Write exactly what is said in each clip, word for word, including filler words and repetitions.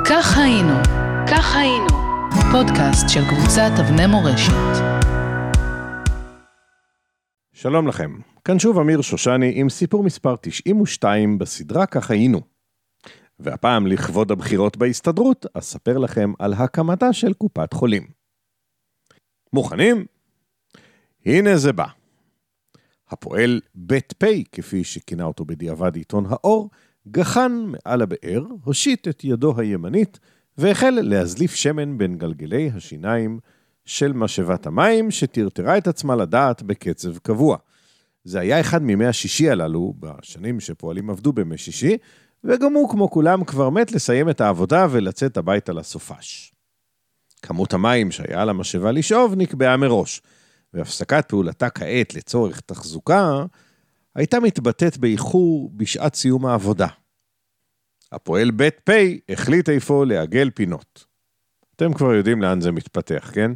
כך היינו, כך היינו, פודקאסט של קבוצת אבני מורשת. שלום לכם, כאן שוב אמיר שושני עם סיפור מספר תשעים ושתיים בסדרה כך היינו. והפעם לכבוד הבחירות בהסתדרות, אספר לכם על הקמתה של קופת חולים. מוכנים? הנה זה בא. הפועל בית פי, כפי שכינה אותו בדיעבד עיתון האור, גחן מעל הבאר, הושיט את ידו הימנית, והחל להזליף שמן בין גלגלי השיניים של משאבת המים, שתרתרה את עצמה לדעת בקצב קבוע. זה היה אחד מימי השישי הללו, בשנים שפועלים עבדו בימי שישי, וגם הוא כמו כולם כבר מת לסיים את העבודה ולצאת הביתה לסופש. כמות המים שהיה על המשאבה לשאוב נקבעה מראש, והפסקת פעולתה כעת לצורך תחזוקה, הייתה מתבטאת באיחור בשעת סיום העבודה. הפועל בית פי החליט איפה לעגל פינות. אתם כבר יודעים לאן זה מתפתח, כן?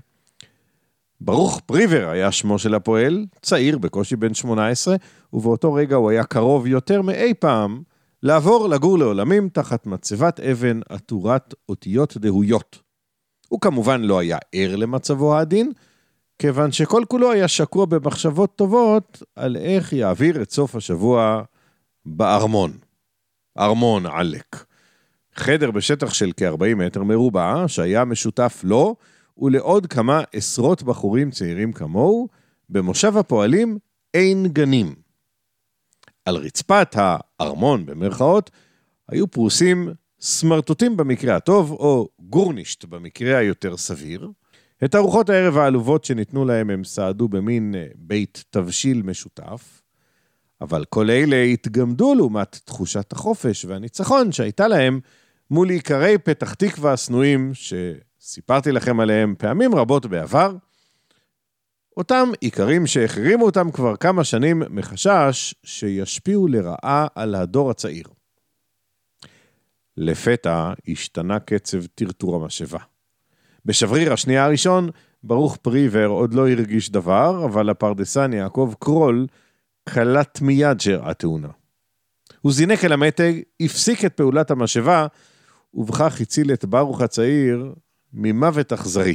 ברוך פריבר היה שמו של הפועל, צעיר בקושי בן שמונה עשרה, ובאותו רגע הוא היה קרוב יותר מאי פעם לעבור לגור לעולמים תחת מצבת אבן עטורת אותיות דהויות. הוא כמובן לא היה ער למצבו העדין, כיוון שכל כולו היה שקוע במחשבות טובות על איך יעביר את סוף השבוע בארמון. ארמון עלק. חדר בשטח של כ-ארבעים מטר מרובע, שהיה משותף לו ולעוד כמה עשרות בחורים צעירים כמוהו, במושב הפועלים אין גנים. על רצפת הארמון במרכאות, היו פרוסים סמרטוטים במקרה הטוב, או גורנישט במקרה היותר סביר. את ארוחות הערב העלובות שניתנו להם הם סעדו במין בית תבשיל משותף, אבל כל אלה התגמדו לעומת תחושת החופש והניצחון שהייתה להם מול עיקרי פתח תקווה הסנועים שסיפרתי לכם עליהם פעמים רבות בעבר, אותם עיקרים שהחרימו אותם כבר כמה שנים מחשש שישפיעו לרעה על הדור הצעיר. לפתע השתנה קצב טרטור המשאבה. בשבריר השנייה הראשון, ברוך פריבר עוד לא הרגיש דבר, אבל הפרדסן יעקב קרול קלט מיד שאירעה תאונה. הוא זינק אל המתג, הפסיק את פעולת המשאבה, ובכך הציל את ברוך הצעיר ממוות אכזרי.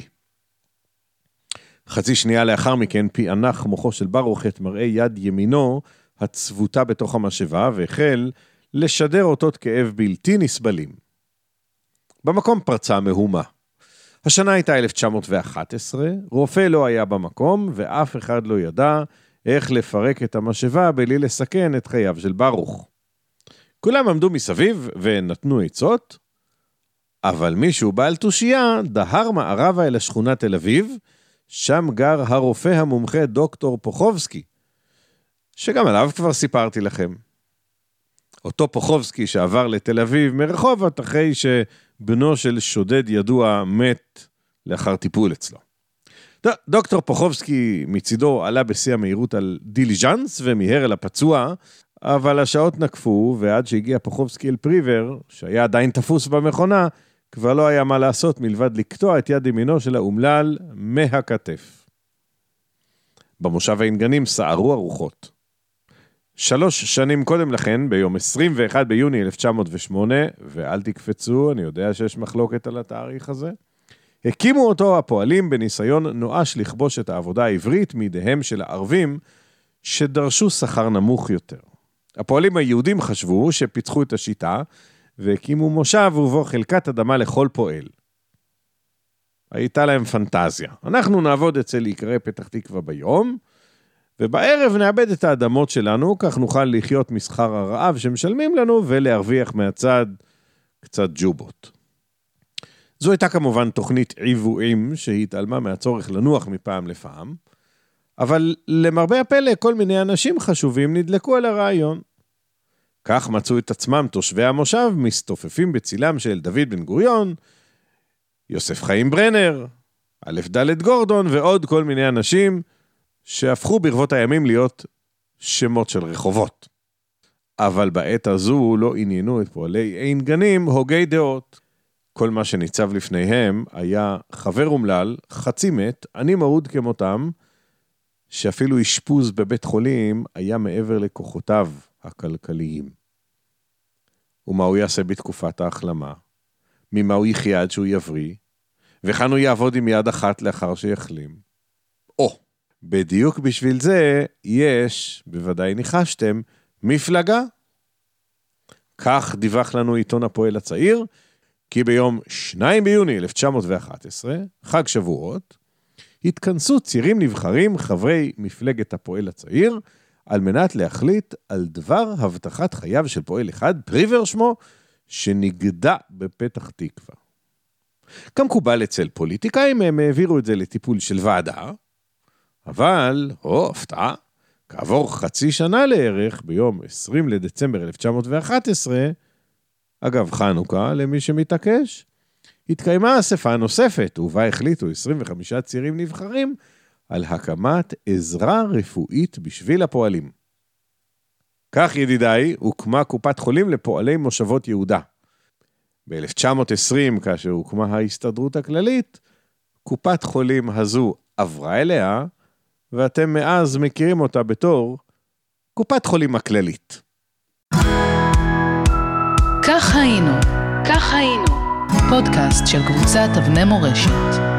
חצי שנייה לאחר מכן פענח מוחו של ברוך את מראה יד ימינו הצבוטה בתוך המשאבה, והחל לשדר אותות כאב בלתי נסבלים. במקום פרצה מהומה. השנה הייתה אלף תשע מאות ואחת עשרה, רופא לא היה במקום, ואף אחד לא ידע איך לפרק את המשאבה בלי לסכן את חייו של ברוך. כולם עמדו מסביב ונתנו עצות, אבל מישהו בעל תושייה דהר מערבה אל השכונה תל אביב, שם גר הרופא המומחה דוקטור פוחובסקי, שגם עליו כבר סיפרתי לכם. אותו פוחובסקי שעבר לתל אביב מרחובות אחרי שבנו של שודד ידוע מת לאחר טיפול אצלו. דוקטור פוחובסקי מצידו עלה בשיא המהירות על דיליז'אנס ומיהר אל הפצוע, אבל השעות נקפו, ועד שהגיע פוחובסקי אל פריבר, שהיה עדיין תפוס במכונה, כבר לא היה מה לעשות מלבד לקטוע את יד ימינו של האומלל מהכתף. במושב העינגנים סערו הרוחות. שלוש שנים קודם לכן, ביום עשרים ואחד ביוני אלף תשע מאות ושמונה, ואל תקפצו, אני יודע שיש מחלוקת על התאריך הזה, הקימו אותו הפועלים בניסיון נואש לכבוש את העבודה העברית מידיהם של הערבים, שדרשו שכר נמוך יותר. הפועלים היהודים חשבו שפיצחו את השיטה, והקימו מושב ובו חלקת אדמה לכל פועל. הייתה להם פנטזיה. אנחנו נעבוד אצל עיקרי פתח תקווה ביום, ובערב נאבד את האדמות שלנו, כך נוכל לחיות משכר הרעב שמשלמים לנו, ולהרוויח מהצד קצת ג'ובות. זו הייתה כמובן תוכנית עיוועים, שהתעלמה מהצורך לנוח מפעם לפעם, אבל למרבה הפלא כל מיני אנשים חשובים נדלקו על הרעיון. כך מצאו את עצמם תושבי המושב, מסתופפים בצילם של דוד בן גוריון, יוסף חיים ברנר, א' ד' גורדון, ועוד כל מיני אנשים שהפכו ברבות הימים להיות שמות של רחובות. אבל בעת הזו לא עניינו את פועלי אין גנים הוגי דעות. כל מה שניצב לפניהם היה חבר אומלל, חצי מת, אני מרוד כמותם, שאפילו אשפוז בבית חולים היה מעבר לכוחותיו הכלכליים. ומה הוא יעשה בתקופת ההחלמה? ממה הוא יחיה עד שהוא יבריא, וכאן הוא יעבוד עם יד אחת לאחר שיחלים. או, בדיוק בשביל זה יש, בוודאי ניחשתם, מפלגה. כך דיווח לנו עיתון הפועל הצעיר, כי ביום השני ביוני אלף תשע מאות ואחת עשרה, חג שבועות, התכנסו צירים נבחרים חברי מפלגת הפועל הצעיר, על מנת להחליט על דבר הבטחת חייו של פועל אחד, פריבר שמו, שנגדע בפתח תקווה. כמקובל אצל פוליטיקאים, הם העבירו את זה לטיפול של ועדה, אבל, או, הפתעה, כעבור חצי שנה לערך, ביום עשרים לדצמבר אלף תשע מאות ואחת עשרה, אגב חנוכה, למי שמתעקש, התקיימה אספה נוספת, ובה החליטו עשרים וחמישה צירים נבחרים, על הקמת עזרה רפואית בשביל הפועלים. כך ידידיי, הוקמה קופת חולים לפועלי מושבות יהודה. ב-אלף תשע מאות עשרים, כאשר הוקמה ההסתדרות הכללית, קופת חולים הזו עברה אליה, ואתם מאז מכירים אותה בתור קופת חולים הכללית. כך היינו, כך היינו, פודקאסט של קבוצת אבני מורשת.